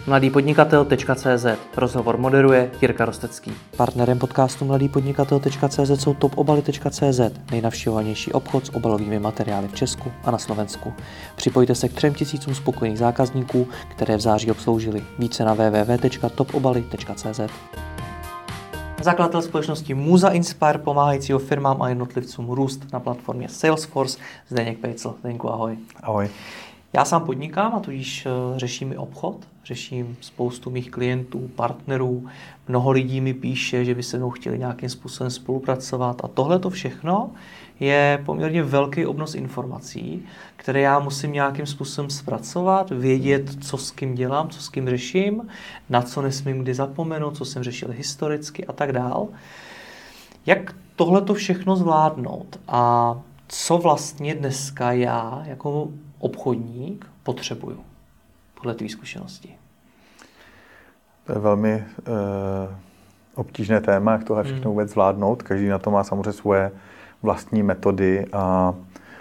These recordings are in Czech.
mladýpodnikatel.cz. Rozhovor moderuje Jirka Rostecký. Partnerem podcastu mladýpodnikatel.cz jsou topobaly.cz, nejnavštěvovanější obchod s obalovými materiály v Česku a na Slovensku. Připojte se k 3000 spokojených zákazníků, které v září obsloužili. Více na www.topobaly.cz. Zakladatel společnosti Muza Inspire, pomáhajícího firmám a jednotlivcům růst na platformě Salesforce, Zdeněk Pejcl. Zdeňku, ahoj. Ahoj. Já sám podnikám a tudíž řeším i obchod, řeším spoustu mých klientů, partnerů. Mnoho lidí mi píše, že by se mnou chtěli nějakým způsobem spolupracovat a tohle to všechno je poměrně velký obnos informací, které já musím nějakým způsobem zpracovat, vědět, co s kým dělám, co s kým řeším, na co nesmím kdy zapomenout, co jsem řešil historicky a tak dál. Jak tohle to všechno zvládnout a co vlastně dneska já jako obchodník potřebuju podle tvý zkušenosti? To je velmi obtížné téma, jak tohle všechno vůbec zvládnout. Každý na to má samozřejmě svoje vlastní metody a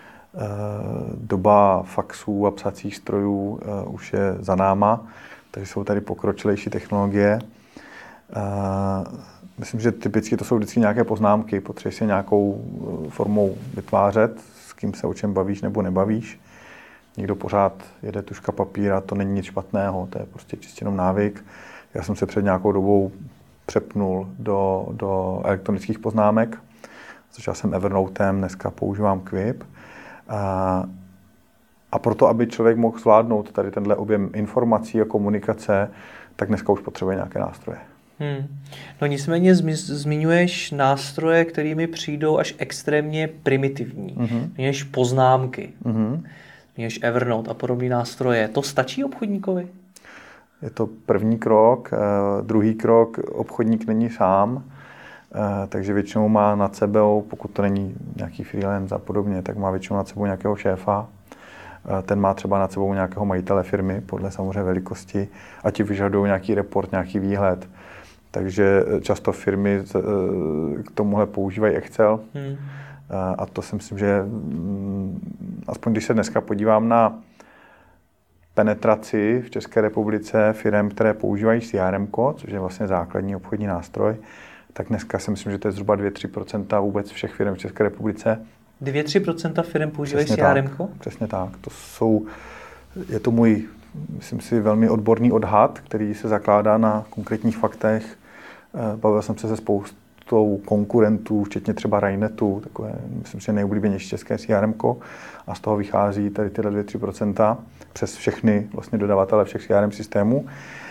doba faxů a psacích strojů už je za náma, takže jsou tady pokročilejší technologie. Myslím, že typicky to jsou vždycky nějaké poznámky, potřebuješ si nějakou formou vytvářet, s kým se o čem bavíš nebo nebavíš. Někdo pořád jede tužka papíra, to není nic špatného, to je prostě čistě jenom návyk. Já jsem se před nějakou dobou přepnul do elektronických poznámek. Začal jsem Evernotem, dneska používám Quip. A proto, aby člověk mohl zvládnout tady tenhle objem informací a komunikace, tak dneska už potřebuje nějaké nástroje. No nicméně zmiňuješ nástroje, kterými přijdou až extrémně primitivní, než poznámky, než Evernote a podobné nástroje. To stačí obchodníkovi? Je to první krok. Druhý krok, obchodník není sám, takže většinou má nad sebou, pokud to není nějaký freelance a podobně, tak má většinou nad sebou nějakého šéfa. Ten má třeba nad sebou nějakého majitele firmy, podle samozřejmě velikosti, a ti vyžadují nějaký report, nějaký výhled. Takže často firmy k tomuhle používají Excel. A to si myslím, že aspoň když se dneska podívám na penetraci v České republice firem, které používají CRM, což je vlastně základní obchodní nástroj, tak dneska si myslím, že to je zhruba 2-3% vůbec všech firm v České republice. 2-3% firm používají CRM? Přesně tak. Je to můj, myslím si, velmi odborný odhad, který se zakládá na konkrétních faktech. Bavil jsem se se spoustou konkurentů, včetně třeba Rainetu, takové, myslím si, nejoblíbenější české CRM, a z toho vychází tady tyhle 2-3% přes všechny vlastně dodavatele všech CRM systémů.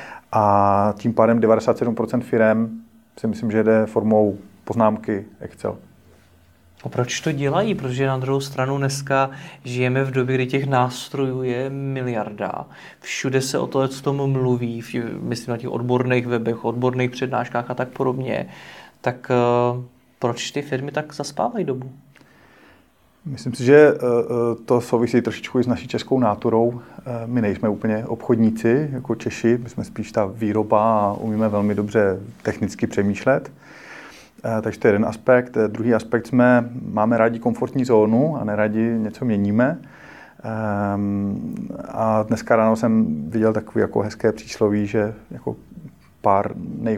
A tím pádem 97% firem si myslím, že jde formou poznámky Excel. A proč to dělají? Protože na druhou stranu dneska žijeme v době, kdy těch nástrojů je miliarda. Všude se o tom mluví, myslím na těch odborných webech, odborných přednáškách a tak podobně. Tak proč ty firmy tak zaspávají dobu? Myslím si, že to souvisí trošičku i s naší českou náturou. My nejsme úplně obchodníci jako Češi, my jsme spíš ta výroba a umíme velmi dobře technicky přemýšlet. Takže to je jeden aspekt. Druhý aspekt, máme rádi komfortní zónu a neradi něco měníme. A dneska ráno jsem viděl takové jako hezké přísloví, že jako pár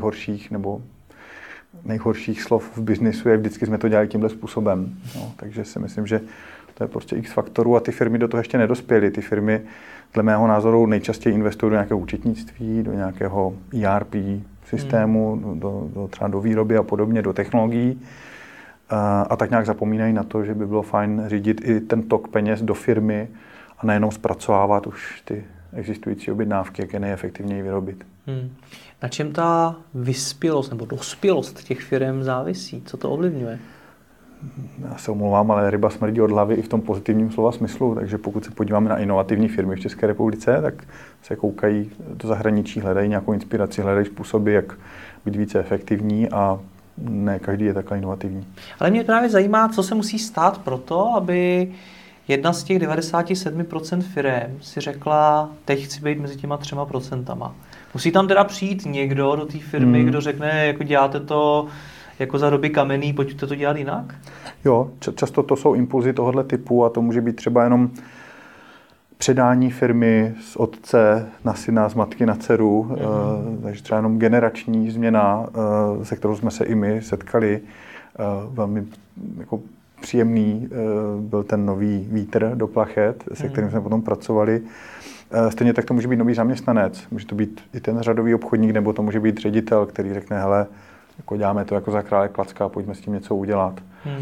nejhorších slov v biznisu je vždycky jsme to dělali tímhle způsobem. No, takže si myslím, že to je prostě x faktorů a ty firmy do toho ještě nedospěly. Ty firmy, dle mého názoru, nejčastěji investují do nějakého účetnictví, do nějakého ERP systému, třeba do výroby a podobně, do technologií. A tak nějak zapomínají na to, že by bylo fajn řídit i ten tok peněz do firmy a nejenom zpracovávat už ty existující objednávky, jak je nejefektivněji vyrobit. Na čem ta vyspělost nebo dospělost těch firm závisí? Co to ovlivňuje? Já se omlouvám, ale ryba smrdí od hlavy i v tom pozitivním slova smyslu, takže pokud se podíváme na inovativní firmy v České republice, tak se koukají do zahraničí, hledají nějakou inspiraci, hledají způsoby, jak být více efektivní a ne každý je takhle inovativní. Ale mě právě zajímá, co se musí stát pro to, aby jedna z těch 97% firm si řekla, teď chci být mezi těma 3%. Musí tam teda přijít někdo do té firmy, kdo řekne, jako děláte to jako za doby kamenný, pojďte to dělat jinak? Jo, často to jsou impulzy tohohle typu a to může být třeba jenom předání firmy z otce na syna, z matky na dceru, takže třeba jenom generační změna, se kterou jsme se i my setkali. Velmi jako příjemný byl ten nový vítr do plachet, se kterým jsme potom pracovali. Stejně tak to může být nový zaměstnanec, může to být i ten řadový obchodník, nebo to může být ředitel, který řekne, hele, jako děláme to jako za krále Klacka, pojďme s tím něco udělat.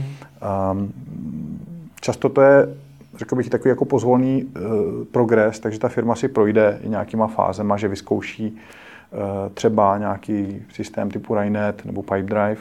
Často to je, řekl bych, takový jako pozvolný progres, takže ta firma si projde i nějakýma fázema, že vyzkouší třeba nějaký systém typu Rainet nebo Pipedrive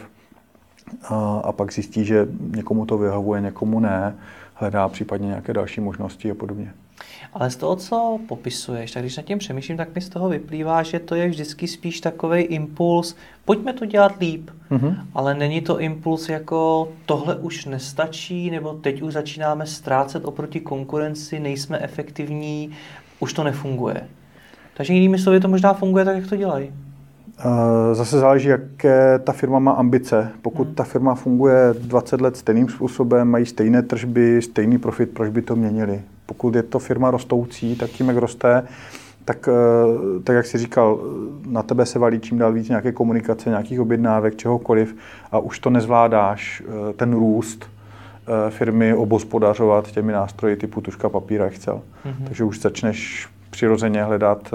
a pak zjistí, že někomu to vyhovuje, někomu ne, hledá případně nějaké další možnosti a podobně. Ale z toho, co popisuješ, tak když nad tím přemýšlím, tak mi z toho vyplývá, že to je vždycky spíš takovej impuls, pojďme to dělat líp, ale není to impuls jako tohle už nestačí, nebo teď už začínáme ztrácet oproti konkurenci, nejsme efektivní, už to nefunguje. Takže jinými slovy to možná funguje tak, jak to dělají. Zase záleží, jaké ta firma má ambice. Pokud ta firma funguje 20 let stejným způsobem, mají stejné tržby, stejný profit, proč by to měnili? Pokud je to firma rostoucí, tak tím, jak roste, tak jak jsi říkal, na tebe se valí čím dál víc nějaké komunikace, nějakých objednávek, čehokoliv a už to nezvládáš, ten růst firmy obhospodařovat těmi nástroji typu tužka, papír a Excel. Takže už začneš přirozeně hledat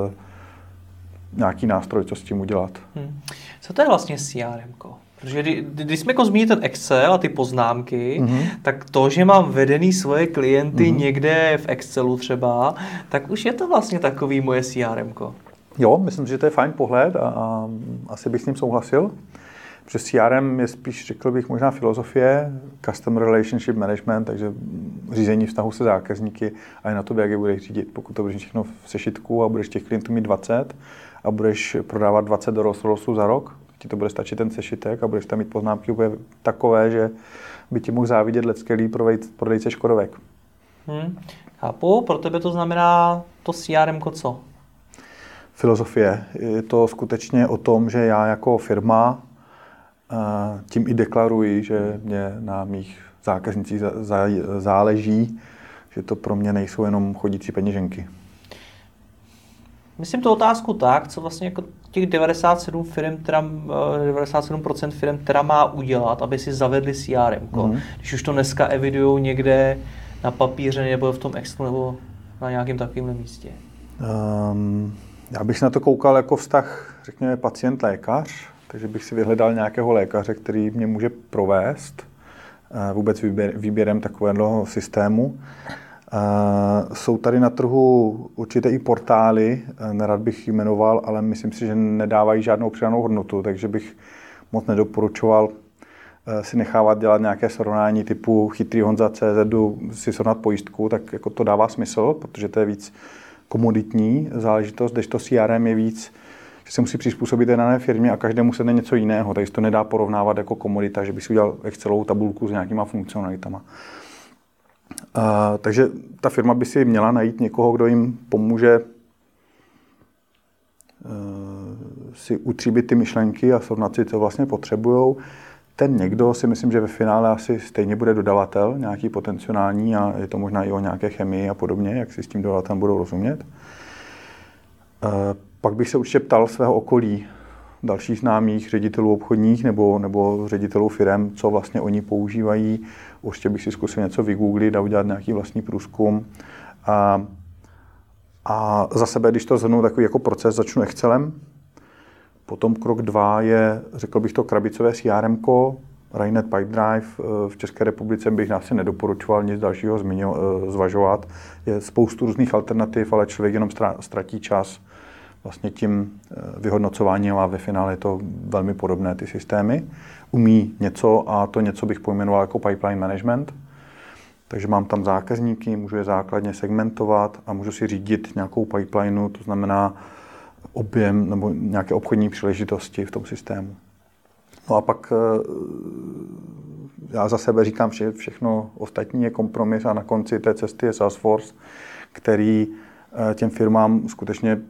nějaký nástroj, co s tím udělat. Co to je vlastně CRM-ko? Protože když jsme zmínili ten Excel a ty poznámky, tak to, že mám vedený svoje klienty někde v Excelu třeba, tak už je to vlastně takový moje CRM-ko. Jo, myslím, že to je fajn pohled a asi bych s ním souhlasil. Protože CRM je spíš, řekl bych, možná filozofie, Customer Relationship Management, takže řízení vztahu se zákazníky a je na to, jak je budeš řídit. Pokud to budeš všechno v sešitku a budeš těch klientů mít 20 a budeš prodávat 20 do Rolls-Royceu za rok, ti to bude stačit ten sešitek a budeš tam mít poznámky úplně takové, že by ti mohl závidět leckelý prodejce Škodovek. Chápu, pro tebe to znamená to CRM-ko co? Filozofie. Je to skutečně o tom, že já jako firma tím i deklaruji, že mě na mých zákaznicích záleží, že to pro mě nejsou jenom chodící peněženky. Myslím tu otázku tak, co vlastně jako těch 97% firm, která má udělat, aby si zavedli CRM. Když už to dneska evidujou někde na papíře nebo v tom Excelu nebo na nějakém takovém místě. Já bych na to koukal jako vztah, řekněme, pacient-lékař, takže bych si vyhledal nějakého lékaře, který mě může provést vůbec výběrem takového systému. Jsou tady na trhu určité i portály, nerad bych jmenoval, ale myslím si, že nedávají žádnou přidanou hodnotu, takže bych moc nedoporučoval si nechávat dělat nějaké srovnání typu chytrý Honza.cz, si srovnat pojistku, tak jako to dává smysl, protože to je víc komoditní záležitost, kdežto CRM je víc, že se musí přizpůsobit dané firmě a každému se něco jiného, takže to nedá porovnávat jako komodita, že by si udělal Excelovou tabulku s nějakýma funkcionalitama. Takže ta firma by si měla najít někoho, kdo jim pomůže si utříbit ty myšlenky a srovnat si, co vlastně potřebujou. Ten někdo si myslím, že ve finále asi stejně bude dodavatel, nějaký potenciální a je to možná i o nějaké chemii a podobně, jak si s tím dodavatelem budou rozumět. Pak bych se určitě ptal svého okolí, dalších známých ředitelů obchodních nebo ředitelů firem, co vlastně oni používají. Určitě bych si zkusil něco vygooglit a udělat nějaký vlastní průzkum. A za sebe, když to shrnu takový jako proces, začnu Excelem. Potom krok 2 je, řekl bych to, krabicové CRM-ko, Rainet, Pipedrive. V České republice bych asi nedoporučoval nic dalšího zvažovat. Je spoustu různých alternativ, ale člověk jenom ztratí čas vlastně tím vyhodnocováním a ve finále je to velmi podobné ty systémy. Umí něco a to něco bych pojmenoval jako pipeline management. Takže mám tam zákazníky, můžu je základně segmentovat a můžu si řídit nějakou pipelineu, to znamená objem nebo nějaké obchodní příležitosti v tom systému. No a pak já za sebe říkám, že všechno ostatní je kompromis a na konci té cesty je Salesforce, který těm firmám skutečně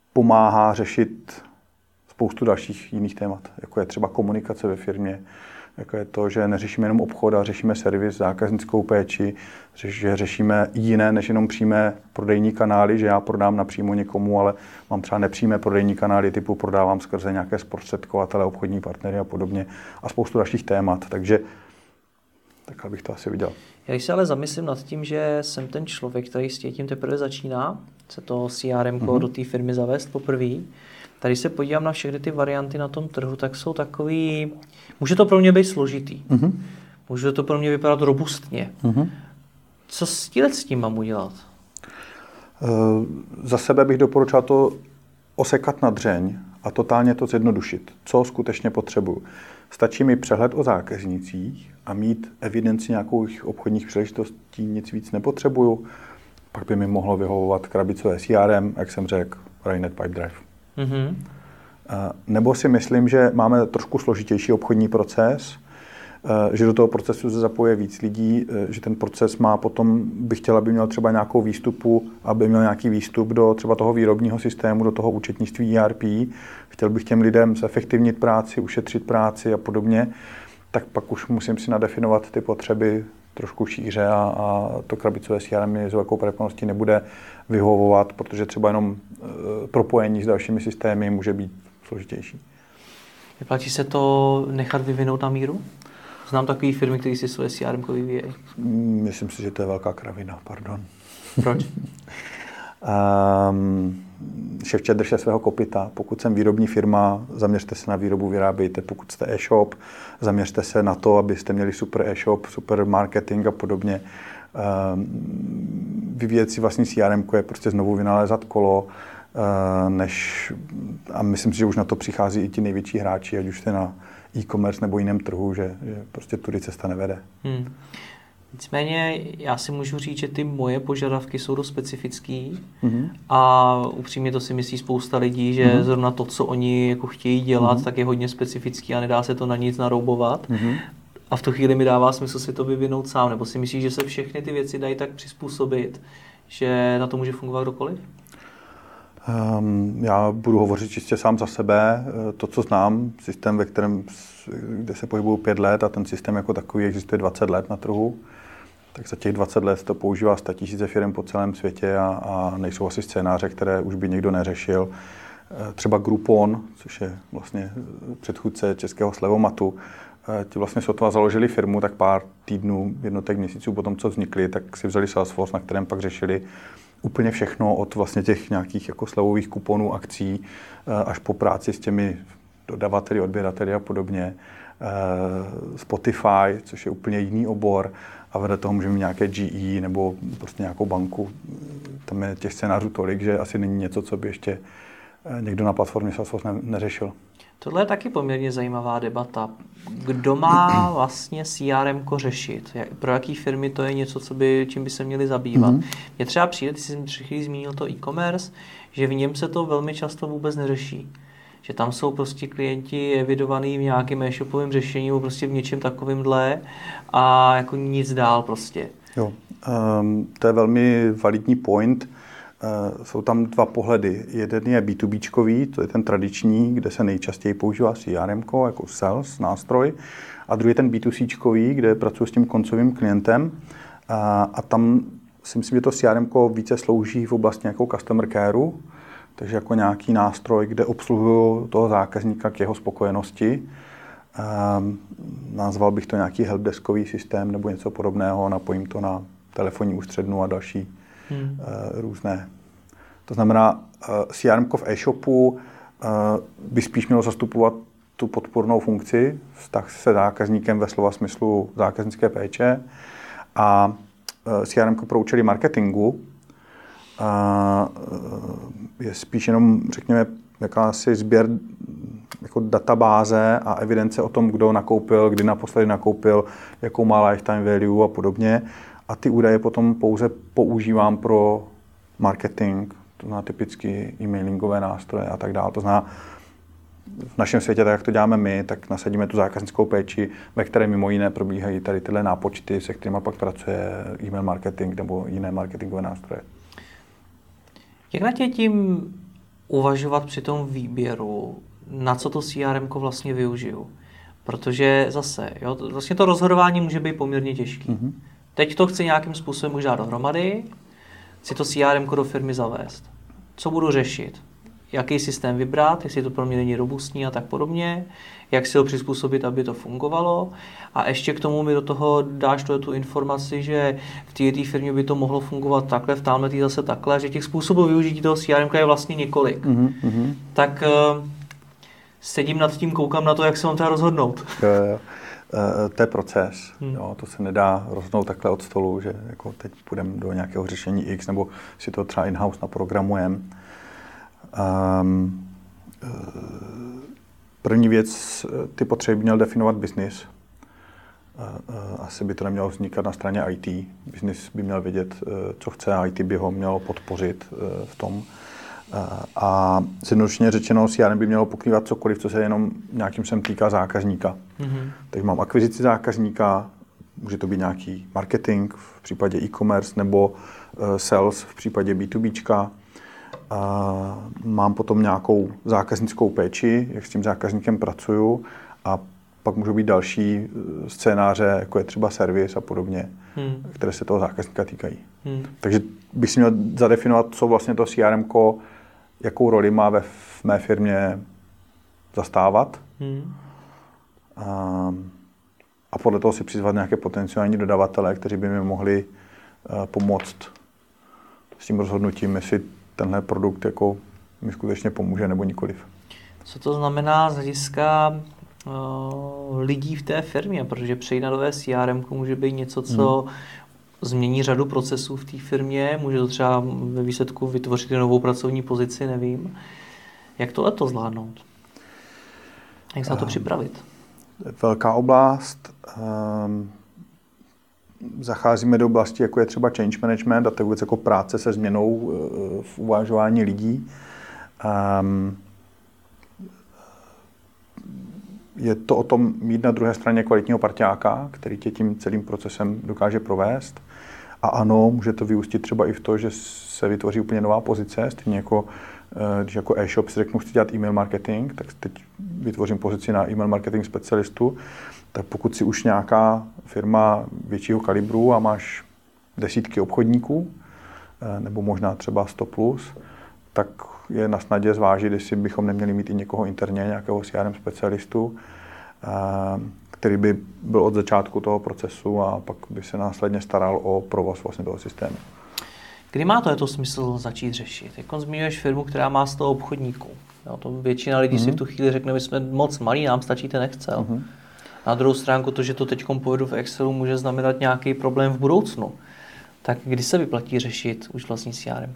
pomáhá řešit spoustu dalších jiných témat, jako je třeba komunikace ve firmě, jako je to, že neřešíme jenom obchod, a řešíme servis, zákaznickou péči, že řešíme jiné než jenom přímé prodejní kanály, že já prodám napřímo někomu, ale mám třeba nepřímé prodejní kanály typu prodávám skrze nějaké zprostředkovatele, obchodní partnery a podobně a spoustu dalších témat, takže takhle bych to asi viděl. Já když se ale zamyslím nad tím, že jsem ten člověk, který s tím teprve začíná, se to CRM do té firmy zavést poprvé, tady se podívám na všechny ty varianty na tom trhu, tak jsou takový, může to pro mě být složitý, může to pro mě vypadat robustně. Co s tím mám udělat? Za sebe bych doporučoval to osekat na dřeň a totálně to zjednodušit. Co skutečně potřebuju. Stačí mi přehled o zákaznicích a mít evidenci nějakých obchodních příležitostí, nic víc nepotřebuju. Pak by mi mohlo vyhovovat krabicové CRM, jak jsem řekl, Rainet Pipedrive. Nebo si myslím, že máme trošku složitější obchodní proces, že do toho procesu se zapoje víc lidí, že ten proces má potom, bych chtěl, aby měl třeba nějakou výstupu, aby měl nějaký výstup do třeba toho výrobního systému, do toho účetnictví ERP. Chtěl bych těm lidem zefektivnit práci, ušetřit práci a podobně. Tak pak už musím si nadefinovat ty potřeby trošku šíře a to krabicové CRM s velkou pravděpodobností nebude vyhovovat, protože třeba jenom propojení s dalšími systémy může být složitější. Vyplatí se to nechat vyvinout na míru? Znám takové firmy, které si svoje CRM vyvíjejí. Myslím si, že to je velká kravina, pardon. Proč? Ševče, držte svého kopyta. Pokud jsem výrobní firma, zaměřte se na výrobu, vyrábějte. Pokud jste e-shop, zaměřte se na to, abyste měli super e-shop, super marketing a podobně. Vyvíjet si vlastní CRM je prostě znovu vynalézat kolo, a myslím si, že už na to přichází i ti největší hráči, ať už jste na e-commerce nebo jiném trhu, že prostě tudy cesta nevede. Nicméně já si můžu říct, že ty moje požadavky jsou dost specifický a upřímně to si myslí spousta lidí, že zrovna to, co oni jako chtějí dělat, tak je hodně specifický a nedá se to na nic naroubovat. A v tu chvíli mi dává smysl si to vyvinout sám, nebo si myslíš, že se všechny ty věci dají tak přizpůsobit, že na to může fungovat kdokoliv? Já budu hovořit čistě sám za sebe. To, co znám, systém, kde se pohybuju 5 let a ten systém jako takový existuje 20 let na trhu, tak za těch 20 let to používá 100 000 firm po celém světě a nejsou asi scénáře, které už by nikdo neřešil. Třeba Groupon, což je vlastně předchůdce českého Slevomatu, ti vlastně sotva založili firmu, tak pár týdnů, jednotek měsíců potom, co vznikli, tak si vzali Salesforce, na kterém pak řešili úplně všechno od vlastně těch nějakých jako slevových kuponů, akcí, až po práci s těmi dodavateli, odběrateli a podobně. Spotify, což je úplně jiný obor a vedle toho můžeme mít nějaké GE nebo prostě nějakou banku. Tam je těch scénářů tolik, že asi není něco, co by ještě někdo na platformě Salesforce neřešil. Tohle je taky poměrně zajímavá debata. Kdo má vlastně CRM řešit? Pro jaký firmy to je něco, čím by se měli zabývat? Mně třeba přijde, ty jsi chvíli zmínil to e-commerce, že v něm se to velmi často vůbec neřeší. Že tam jsou prostě klienti evidovaný v nějakém e-shopovém řešení nebo prostě v něčem takovýmhle a jako nic dál prostě. Jo, to je velmi validní point. Jsou tam dva pohledy. Jeden je B2Bčkový, to je ten tradiční, kde se nejčastěji používá CRM jako sales nástroj. A druhý je ten B2Cčkový, kde pracuji s tím koncovým klientem. A tam si myslím, že to CRM více slouží v oblasti nějakou customer careu, takže jako nějaký nástroj, kde obsluhuju toho zákazníka k jeho spokojenosti. Nazval bych to nějaký helpdeskový systém nebo něco podobného, napojím to na telefonní ústřednu a další různé. To znamená, CRM v e-shopu by spíš mělo zastupovat tu podpornou funkci, vztah se zákazníkem ve slova smyslu zákaznické péče a CRM pro účely marketingu je spíš jenom, řekněme, jakási sběr jako databáze a evidence o tom, kdo nakoupil, kdy naposledy nakoupil, jakou má lifetime value a podobně. A ty údaje potom pouze používám pro marketing, to znamená typicky e-mailingové nástroje a tak dále. To znamená, v našem světě, tak jak to děláme my, tak nasadíme tu zákaznickou péči, ve které mimo jiné probíhají tady tyhle nápočty, se kterými pak pracuje e-mail marketing nebo jiné marketingové nástroje. Jak na tě tím uvažovat při tom výběru, na co to CRM vlastně využiju? Protože zase, jo, vlastně to rozhodování může být poměrně těžký. Teď to chci nějakým způsobem už dát dohromady, chci to CRM do firmy zavést. Co budu řešit? Jaký systém vybrat, jestli to pro mě není robustní a tak podobně, jak si ho přizpůsobit, aby to fungovalo. A ještě k tomu mi do toho dáš tu informaci, že v té firmě by to mohlo fungovat takhle, v tamhletý zase takhle, že těch způsobů využití toho CRM je vlastně několik. Tak sedím nad tím, koukám na to, jak se mám teda rozhodnout. To je proces. Jo, to se nedá rozhodnout takhle od stolu, že jako teď půjdeme do nějakého řešení X, nebo si to třeba in-house naprogramujeme. První věc, ty potřeby měl definovat business. Asi by to nemělo vznikat na straně IT. Business by měl vědět, co chce, a IT by ho mělo podpořit v tom. A zjednodušeně řečeno, CRM by mělo pokrývat cokoliv, co se jenom nějakým sem týká zákazníka. Takže mám akvizici zákazníka, může to být nějaký marketing v případě e-commerce nebo sales v případě B2Bčka. Mám potom nějakou zákaznickou péči, jak s tím zákazníkem pracuju, a pak můžou být další scénáře, jako je třeba servis a podobně, které se toho zákazníka týkají. Takže bych si měl zadefinovat, co vlastně to CRM-ko, jakou roli má v mé firmě zastávat. A podle toho si přizvat nějaké potenciální dodavatele, kteří by mi mohli pomoct s tím rozhodnutím, jestli tenhle produkt jako mi skutečně pomůže nebo nikoliv. Co to znamená z hlediska lidí v té firmě? Protože přejít na nové CRM může být něco, co změní řadu procesů v té firmě, může to třeba ve výsledku vytvořit novou pracovní pozici, nevím. Jak to zvládnout? Jak se na to připravit? Velká oblast. Zacházíme do oblasti, jako je třeba change management a to vůbec jako práce se změnou v uvažování lidí. Je to o tom mít na druhé straně kvalitního parťáka, který tě tím celým procesem dokáže provést. A ano, může to vyústit třeba i v to, že se vytvoří úplně nová pozice, stejně jako když jako e-shop si řeknu, chci dělat e-mail marketing, tak teď vytvořím pozici na e-mail marketing specialistu. Tak pokud si už nějaká firma většího kalibru a máš desítky obchodníků, nebo možná třeba 100+, tak je na snadě zvážit, jestli bychom neměli mít i někoho interně, nějakého CRM specialistu, který by byl od začátku toho procesu a pak by se následně staral o provoz vlastně toho systému. Kdy má to smysl začít řešit? Jak zmiňuješ firmu, která má 100 obchodníků. Jo, to většina lidí si v tu chvíli řekne, my jsme moc malí, nám stačí ten Excel. Na druhou stránku to, že to teď povedu v Excelu, může znamenat nějaký problém v budoucnu. Tak kdy se vyplatí řešit už vlastní CRM?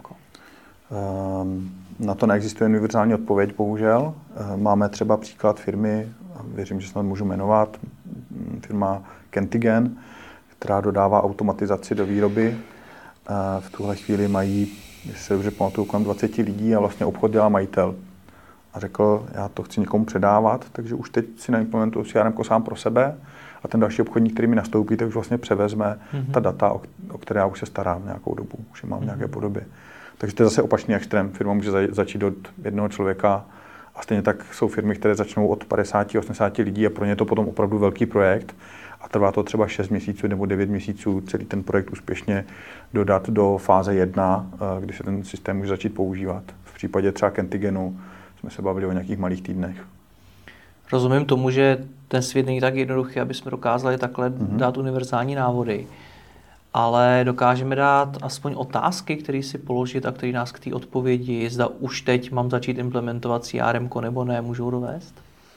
Na to neexistuje univerzální odpověď, bohužel. Máme třeba příklad firmy, věřím, že snad můžu jmenovat, firma Kentigen, která dodává automatizaci do výroby. V tuhle chvíli mají, jestli se dobře pamatuju, kolem 20 lidí a vlastně obchod dělá majitel. A řekl, já to chci někomu předávat, takže už teď si naimplementuju CRM sám pro sebe a ten další obchodník, který mi nastoupí, tak už vlastně převezme ta data, o které já už se starám nějakou dobu, už je mám v nějaké podobě. Takže to je zase opačný extrém. Firma může začít od jednoho člověka a stejně tak jsou firmy, které začnou od 50-80 lidí a pro ně je to potom opravdu velký projekt a trvá to třeba 6 měsíců nebo 9 měsíců celý ten projekt úspěšně dodat do fáze 1, kdy se ten systém může začít používat. V případě třeba Kentigenu jsme se bavili o nějakých malých týdnech. Rozumím tomu, že ten svět není tak jednoduchý, aby jsme dokázali takhle dát univerzální návody. Ale dokážeme dát aspoň otázky, které si položit a které nás k té odpovědi, zda už teď mám začít implementovat CRM nebo ne, můžou dovést?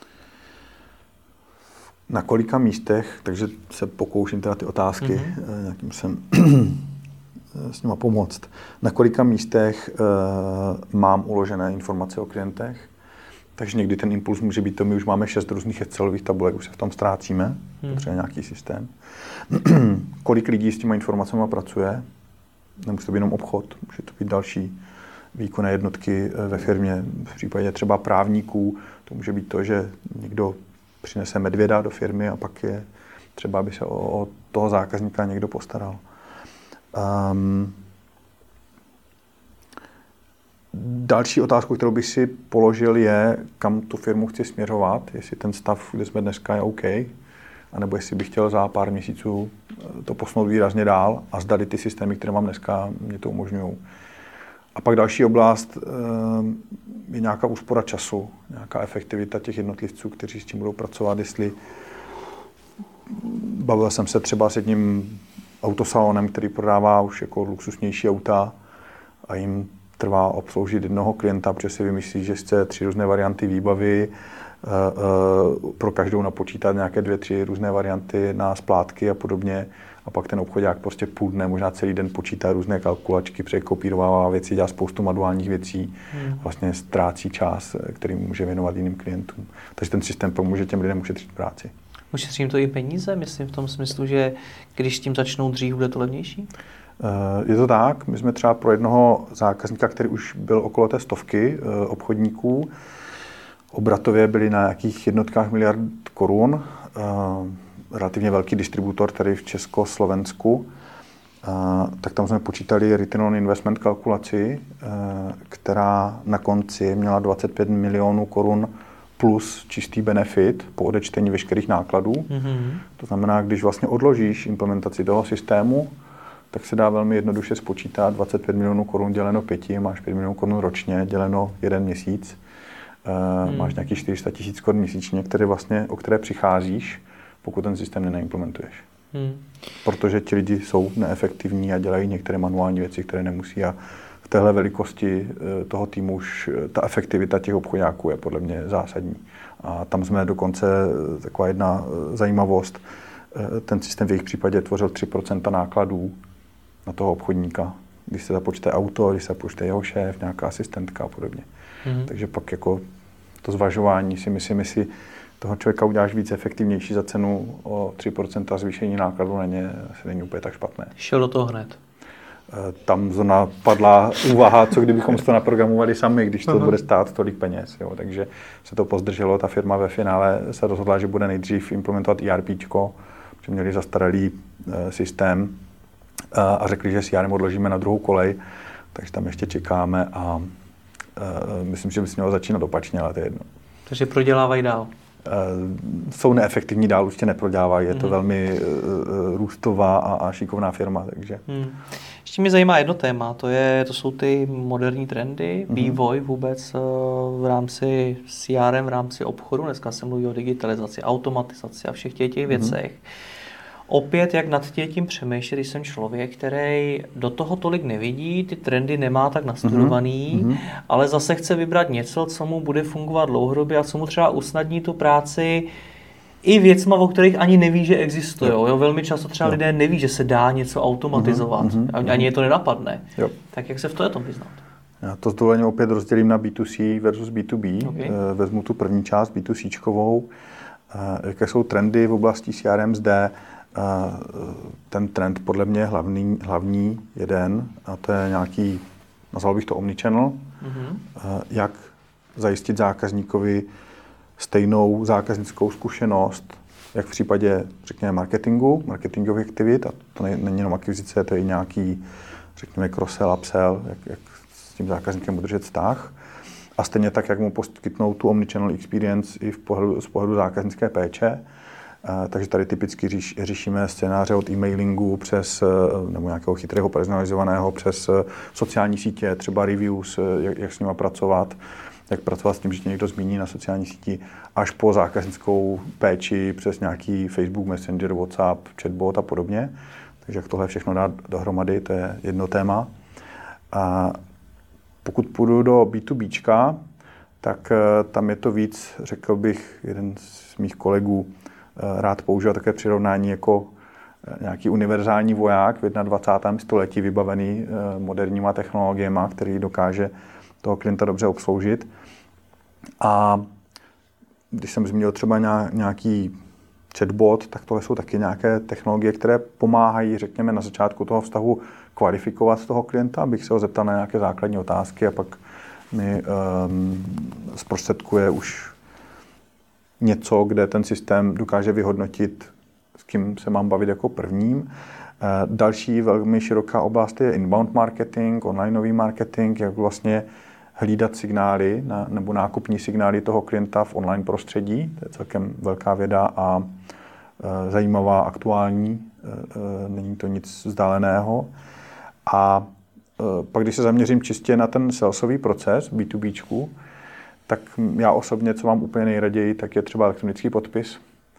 Na kolika místech, takže se pokouším teda ty otázky nějakým sem s nima pomoct. Na kolika místech mám uložené informace o klientech, takže někdy ten impuls může být to, my už máme 6 různých Excelových tabulek, už se v tom ztrácíme, potřebuje nějaký systém. Kolik lidí s těma informacemi pracuje, nemusí to být jenom obchod, může to být další výkonné jednotky ve firmě, v případě třeba právníků, to může být to, že někdo přinese medvěda do firmy a pak je třeba, aby se o toho zákazníka někdo Další otázku, kterou bych si položil, je, kam tu firmu chci směřovat, jestli ten stav, kde jsme dneska, je OK, anebo jestli bych chtěl za pár měsíců to posunout výrazně dál a zdali ty systémy, které mám dneska, mě to umožňují. A pak další oblast je nějaká úspora času, nějaká efektivita těch jednotlivců, kteří s tím budou pracovat, jestli bavil jsem se třeba s jedním autosalonem, který prodává už jako luxusnější auta a jim trvá obsloužit jednoho klienta, protože si vymyslí, že chce 3 různé varianty výbavy, pro každou napočítat nějaké 2-3 různé varianty na splátky a podobně. A pak ten obchodák prostě půl dne, možná celý den počítá různé kalkulačky, překopírovává věci, dělá spoustu manuálních věcí, vlastně ztrácí čas, který může věnovat jiným klientům. Takže ten systém pomůže těm lidem ušetřit práci. Ušetří jim to i peníze, myslím v tom smyslu, že když tím začnou dřív, bude to levnější? Je to tak. My jsme třeba pro jednoho zákazníka, který už byl okolo té 100 obchodníků, obratově byli na nějakých jednotkách miliard korun, relativně velký distributor tady v Československu, tak tam jsme počítali return on investment kalkulaci, která na konci měla 25 milionů korun plus čistý benefit po odečtení veškerých nákladů. Mm-hmm. To znamená, když vlastně odložíš implementaci toho systému, tak se dá velmi jednoduše spočítat 25 milionů korun děleno 5, máš 5 milionů korun ročně, děleno 1 měsíc, máš nějakých 400 000 korun měsíčně, o které přicházíš, pokud ten systém nenaimplementuješ. Protože ti lidi jsou neefektivní a dělají některé manuální věci, které nemusí a v téhle velikosti toho týmu už ta efektivita těch obchodáků je podle mě zásadní. A tam jsme dokonce, taková jedna zajímavost, ten systém v jejich případě tvořil 3% nákladů na toho obchodníka, když se započte auto, když se započte jeho šéf, nějaká asistentka a podobně. Takže pak jako to zvažování si myslím, jestli toho člověka uděláš víc efektivnější za cenu o 3% zvýšení nákladů na ně, asi není úplně tak špatné. Šel do toho hned. Tam zrovna padla úvaha, co kdybychom to naprogramovali sami, když to bude stát tolik peněz. Jo. Takže se to pozdrželo, ta firma ve finále se rozhodla, že bude nejdřív implementovat ERPčko, protože měli zastaralý systém a řekli, že si odložíme na druhou kolej, takže tam ještě čekáme a myslím, že by se mělo začínat opačně, ale to je jedno. Takže prodělávají dál. Jsou neefektivní dál, určitě neprodělávají, je to velmi růstová a šikovná firma, takže. Ještě mě zajímá jedno téma, to jsou ty moderní trendy, vývoj vůbec v rámci CRM, v rámci obchodu, dneska se mluví o digitalizaci, automatizaci a všech těch věcech. Opět, jak nad tím přemýšlet, když jsem člověk, který do toho tolik nevidí, ty trendy nemá tak nastudovaný, ale zase chce vybrat něco, co mu bude fungovat dlouhodobě a co mu třeba usnadní tu práci i věcma, o kterých ani neví, že existují. Jo, velmi často třeba lidé neví, že se dá něco automatizovat, ani je to nenapadne. Jo. Tak jak se v tom vyznat? Já to s dovolením opět rozdělím na B2C versus B2B. Okay. Vezmu tu první část B2Cčkovou. Jaké jsou trendy v oblasti CRM zde? Ten trend podle mě je hlavní jeden, a to je nějaký, nazval bych to omnichannel, jak zajistit zákazníkovi stejnou zákaznickou zkušenost, jak v případě, řekněme, marketingových aktivit, a to není jenom akvizice, to je i nějaký, řekněme, cross-sell, upsell, jak s tím zákazníkem udržet vztah. A stejně tak, jak mu poskytnout tu omnichannel experience i z pohledu zákaznické péče. Takže tady typicky řešíme scénáře od e-mailingu nebo nějakého chytrého personalizovaného přes sociální sítě, třeba reviews, jak s nimi pracovat, jak pracovat s tím, že tě někdo zmíní na sociální síti, až po zákaznickou péči přes nějaký Facebook, Messenger, WhatsApp, chatbot a podobně. Takže jak tohle všechno dát dohromady, to je jedno téma. A pokud půjdu do B2Bčka, tak tam je to víc, řekl bych, jeden z mých kolegů rád používá také přirovnání jako nějaký univerzální voják v 21. století vybavený moderníma technologiemi, který dokáže toho klienta dobře obsloužit. A když jsem zmínil třeba nějaký chatbot, tak tohle jsou taky nějaké technologie, které pomáhají, řekněme, na začátku toho vztahu kvalifikovat toho klienta, abych se ho zeptal na nějaké základní otázky a pak mi zprostředkuje už něco, kde ten systém dokáže vyhodnotit, s kým se mám bavit jako prvním. Další velmi široká oblast je inbound marketing, onlineový marketing, jak vlastně hlídat signály nebo nákupní signály toho klienta v online prostředí. To je celkem velká věda a zajímavá, aktuální. Není to nic vzdáleného. A pak, když se zaměřím čistě na ten salesový proces B2Bčku, tak já osobně, co mám úplně nejraději, tak je třeba elektronický podpis.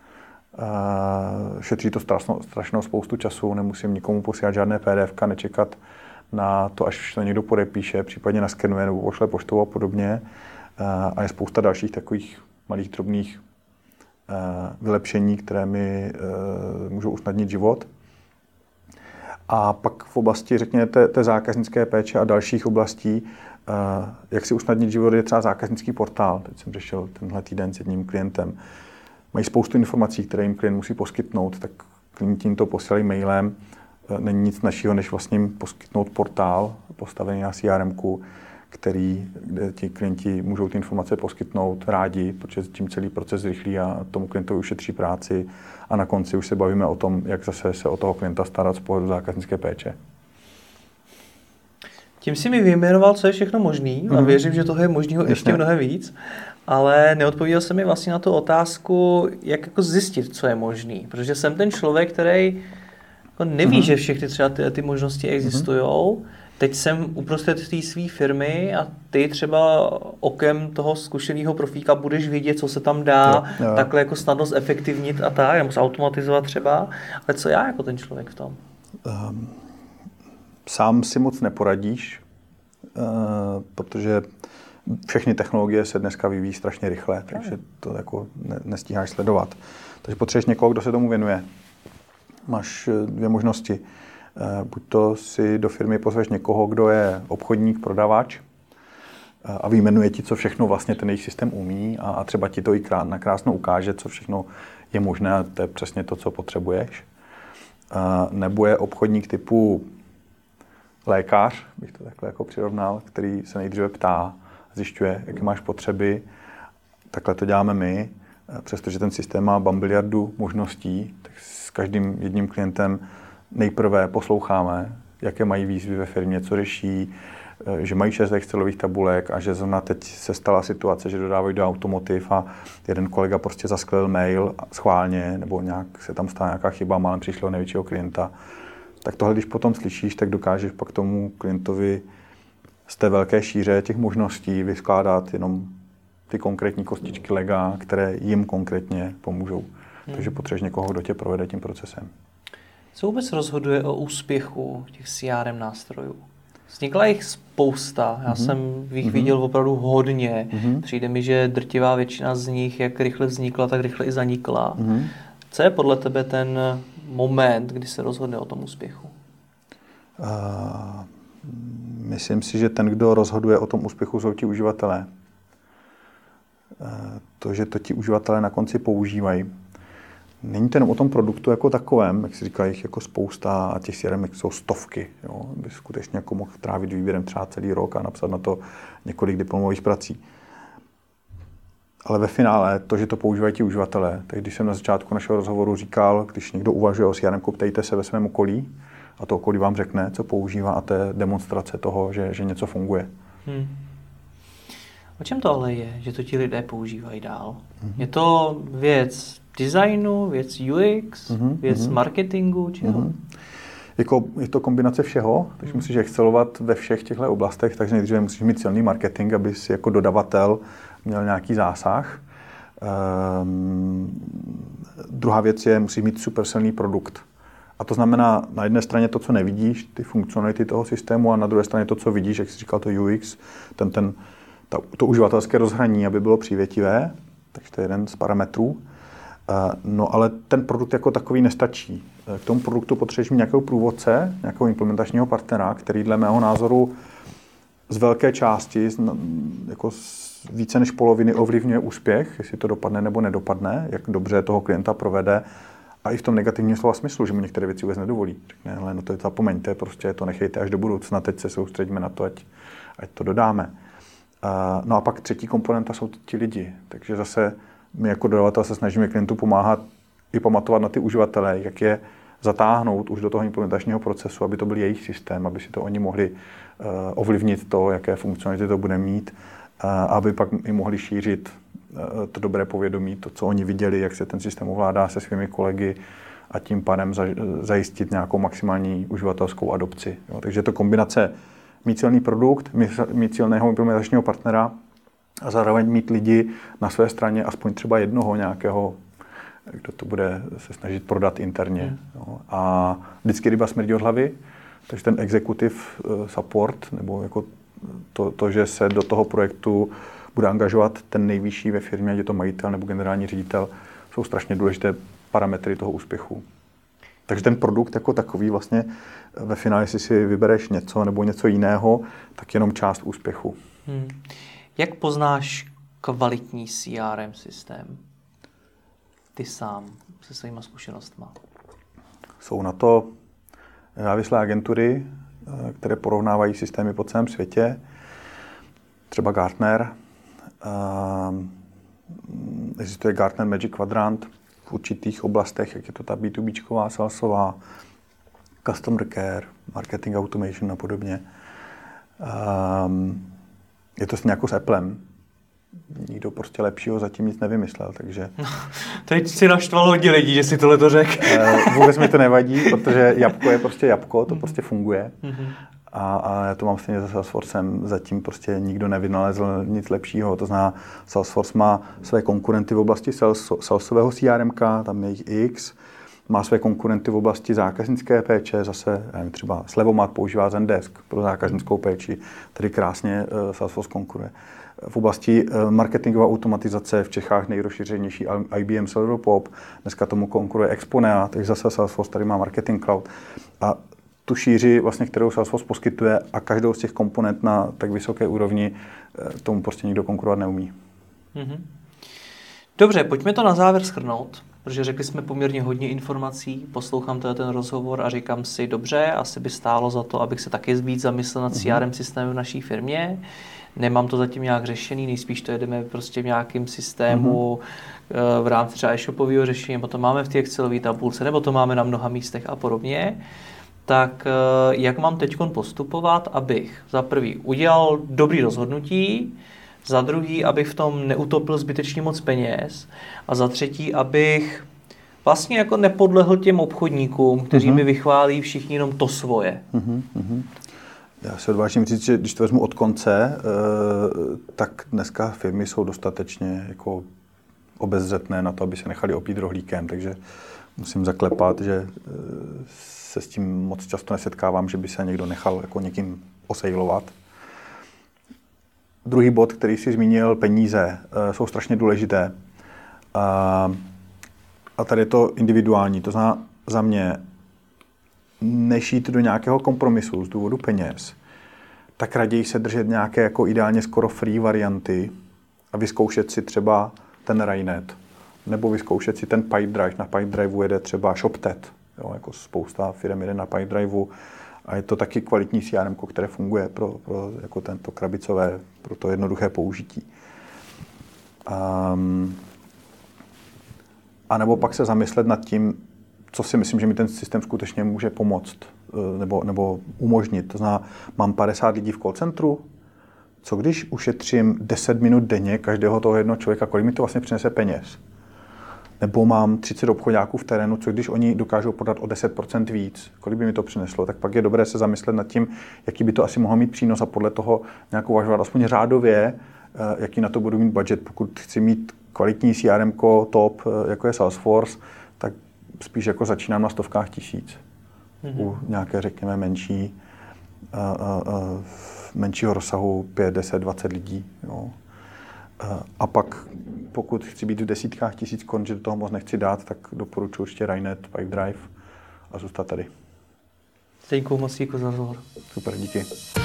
Šetří to strašnou spoustu času, nemusím nikomu posílat žádné PDF, nečekat na to, až to někdo podepíše, případně naskenuje nebo pošle poštou a podobně. A je spousta dalších takových malých drobných vylepšení, které mi můžou usnadnit život. A pak v oblasti, řekněme, té zákaznické péče a dalších oblastí, jak si usnadnit život, je třeba zákaznický portál. Teď jsem řešil tenhle týden s jedním klientem. Mají spoustu informací, které jim klient musí poskytnout, tak klienti jim to posílají mailem. Není nic našího, než vlastně jim poskytnout portál postavený na CRM-ku, kde ti klienti můžou ty informace poskytnout rádi, protože tím celý proces zrychlí a tomu klientovi ušetří práci a na konci už se bavíme o tom, jak zase se o toho klienta starat z pohledu zákaznické péče. Tím si mi vyjmenoval, co je všechno možný a věřím, že toho je možného ještě mnohem víc, ale neodpověděl jsem mi vlastně na tu otázku, jak jako zjistit, co je možný, protože jsem ten člověk, který jako neví, že všechny třeba ty možnosti existují. Teď jsem uprostřed té své firmy a ty třeba okem toho zkušeného profíka budeš vědět, co se tam dá takhle jako snadno zefektivnit a tak, nebo zautomatizovat třeba. Ale co já jako ten člověk v tom? Sám si moc neporadíš, protože všechny technologie se dneska vyvíjí strašně rychle, takže to jako nestíháš sledovat. Takže potřebuješ někoho, kdo se tomu věnuje. Máš dvě možnosti. Buď to si do firmy pozveš někoho, kdo je obchodník, prodavač a vyjmenuje ti, co všechno vlastně ten jejich systém umí a třeba ti to i nakrásno ukáže, co všechno je možné a to je přesně to, co potřebuješ. Nebo je obchodník typu lékař, bych to takhle jako přirovnal, který se nejdříve ptá, zjišťuje, jaké máš potřeby. Takhle to děláme my, přestože ten systém má bambiliardu možností, tak s každým jedním klientem nejprve posloucháme, jaké mají výzvy ve firmě, co řeší, že mají 6 Excelových tabulek a že zrovna teď se stala situace, že dodávají do automotiv a jeden kolega prostě zasklil mail schválně, nebo nějak se tam stala nějaká chyba, málem přišlo největšího klienta. Tak tohle, když potom slyšíš, tak dokážeš pak tomu klientovi z té velké šíře těch možností vyskládat jenom ty konkrétní kostičky Lega, které jim konkrétně pomůžou. Takže potřebuješ někoho, kdo tě provede tím procesem. Co vůbec rozhoduje o úspěchu těch CRM nástrojů? Vznikla jich spousta, já jsem jich viděl opravdu hodně. Přijde mi, že drtivá většina z nich, jak rychle vznikla, tak rychle i zanikla. Co je podle tebe ten moment, kdy se rozhodne o tom úspěchu? Myslím si, že ten, kdo rozhoduje o tom úspěchu, jsou ti uživatelé. To, že to ti uživatelé na konci používají. Není to jenom o tom produktu jako takovém, jak si říká, jich jako spousta a těch CRM jsou stovky. Jo? By skutečně jako mohl trávit výběrem třeba celý rok a napsat na to několik diplomových prací. Ale ve finále to, že to používají ti uživatelé, tak když jsem na začátku našeho rozhovoru říkal, když někdo uvažuje o CRM, ptejte se ve svém okolí a to okolí vám řekne, co používá a to je demonstrace toho, že něco funguje. O čem to ale je, že to ti lidé používají dál? Je to věc designu, věc UX, věc marketingu, čeho? Je to kombinace všeho, takže musíš excelovat ve všech těchto oblastech, takže nejdříve musíš mít silný marketing, aby si jako dodavatel měl nějaký zásah. Druhá věc je, musíš mít super silný produkt. A to znamená na jedné straně to, co nevidíš, ty funkcionality toho systému, a na druhé straně to, co vidíš, jak jsi říkal, to UX, to uživatelské rozhraní, aby bylo přívětivé, takže to je jeden z parametrů. No ale ten produkt jako takový nestačí. K tomu produktu potřebuješ mít nějakého průvodce, nějakého implementačního partnera, který dle mého názoru z velké části, jako více než poloviny ovlivňuje úspěch, jestli to dopadne nebo nedopadne, jak dobře toho klienta provede a i v tom negativním slova smyslu, že mu některé věci vůbec nedovolí. Řekne, hele, no to je zapomeňte, prostě to nechejte až do budoucna, teď se soustředíme na to, ať to dodáme. No a pak třetí komponenta jsou ti lidi, takže zase my jako dodavatel se snažíme klientům pomáhat i pamatovat na ty uživatele, jak je zatáhnout už do toho implementačního procesu, aby to byl jejich systém, aby si to oni mohli ovlivnit to, jaké funkcionality to bude mít, aby pak i mohli šířit to dobré povědomí, to, co oni viděli, jak se ten systém ovládá se svými kolegy a tím pádem zajistit nějakou maximální uživatelskou adopci. Jo. Takže je to kombinace mít silný produkt, mít silného implementačního partnera a zároveň mít lidi na své straně, aspoň třeba jednoho nějakého, kdo to bude se snažit prodat interně. Jo. A vždycky ryba smrdí od hlavy, takže ten executive support, nebo jako to, že se do toho projektu bude angažovat ten nejvyšší ve firmě, ať je to majitel nebo generální ředitel, jsou strašně důležité parametry toho úspěchu. Takže ten produkt jako takový vlastně ve finále, jestli si vybereš něco nebo něco jiného, tak jenom část úspěchu. Jak poznáš kvalitní CRM systém? Ty sám se svýma zkušenostma. Jsou na to nezávislé agentury, které porovnávají systémy po celém světě. Třeba Gartner. Existuje Gartner Magic Quadrant v určitých oblastech, jak je to ta B2Bčková, salesová, customer care, marketing automation a podobně. Je to stejně jako s Applem. Nikdo prostě lepšího zatím nic nevymyslel, takže... No, teď si naštval hodně lidí, že si tohle to řekl. Vůbec mi to nevadí, protože jabko je prostě jabko, to prostě funguje. A já to mám stejně se Salesforcem, zatím prostě nikdo nevynalezl nic lepšího. To znamená, Salesforce má své konkurenty v oblasti salesového CRMka, tam je jich X, má své konkurenty v oblasti zákaznické péče, zase třeba Slevomat používá Zendesk pro zákaznickou péči, tedy krásně Salesforce konkuruje. V oblasti marketingové automatizace v Čechách nejrozšířenější IBM Celeropop, dneska tomu konkuruje Exponea, takže zase Salesforce tady má Marketing Cloud. A tu šíři, vlastně, kterou Salesforce poskytuje a každou z těch komponent na tak vysoké úrovni, tomu prostě nikdo konkurovat neumí. Dobře, pojďme to na závěr shrnout, protože řekli jsme poměrně hodně informací, poslouchám ten rozhovor a říkám si, dobře, asi by stálo za to, abych se taky víc zamyslel nad CRM systémem v naší firmě. Nemám to zatím nějak řešený, nejspíš to jedeme prostě v nějakém systému v rámci třeba e-shopového řešení, nebo to máme v té Excelové tabulce, nebo to máme na mnoha místech a podobně. Tak jak mám teď postupovat, abych za prvý udělal dobrý rozhodnutí, za druhý, abych v tom neutopil zbytečně moc peněz a za třetí, abych vlastně jako nepodlehl těm obchodníkům, kteří mi vychválí všichni jenom to svoje. Já se odvážím říct, že když to vezmu od konce, tak dneska firmy jsou dostatečně jako obezřetné na to, aby se nechali opít rohlíkem, takže musím zaklepat, že se s tím moc často nesetkávám, že by se někdo nechal jako někým osejlovat. Druhý bod, který jsi zmínil, peníze, jsou strašně důležité. A tady je to individuální, to znamená za mě, než jít do nějakého kompromisu z důvodu peněz, tak raději se držet nějaké jako ideálně skoro free varianty a vyzkoušet si třeba ten Rainet, nebo vyzkoušet si ten Pipedrive. Na Pipedriveu jede třeba ShopTet, jo, jako spousta firm jede na Pipedriveu a je to taky kvalitní CRM, které funguje pro jako tento krabicové, pro to jednoduché použití. A nebo pak se zamyslet nad tím, co si myslím, že mi ten systém skutečně může pomoct nebo umožnit. To znamená, mám 50 lidí v call centru, co když ušetřím 10 minut denně každého toho jednoho člověka, kolik mi to vlastně přinese peněz? Nebo mám 30 obchodáků v terénu, co když oni dokážou prodat o 10% víc, kolik by mi to přineslo? Tak pak je dobré se zamyslet nad tím, jaký by to asi mohlo mít přínos a podle toho nějak uvažovat aspoň řádově, jaký na to budu mít budget. Pokud chci mít kvalitní CRM top, jako je Salesforce, tak spíš jako začínám na stovkách tisíc. U nějaké, řekněme, menšího rozsahu 5, 10, 20 lidí. Jo. A pak, pokud chci být v desítkách tisíc korun, že do toho moc nechci dát, tak doporučuji ještě Rainet, Pipedrive a zůstat tady. Děkuji moc za rozhovor. Super, díky.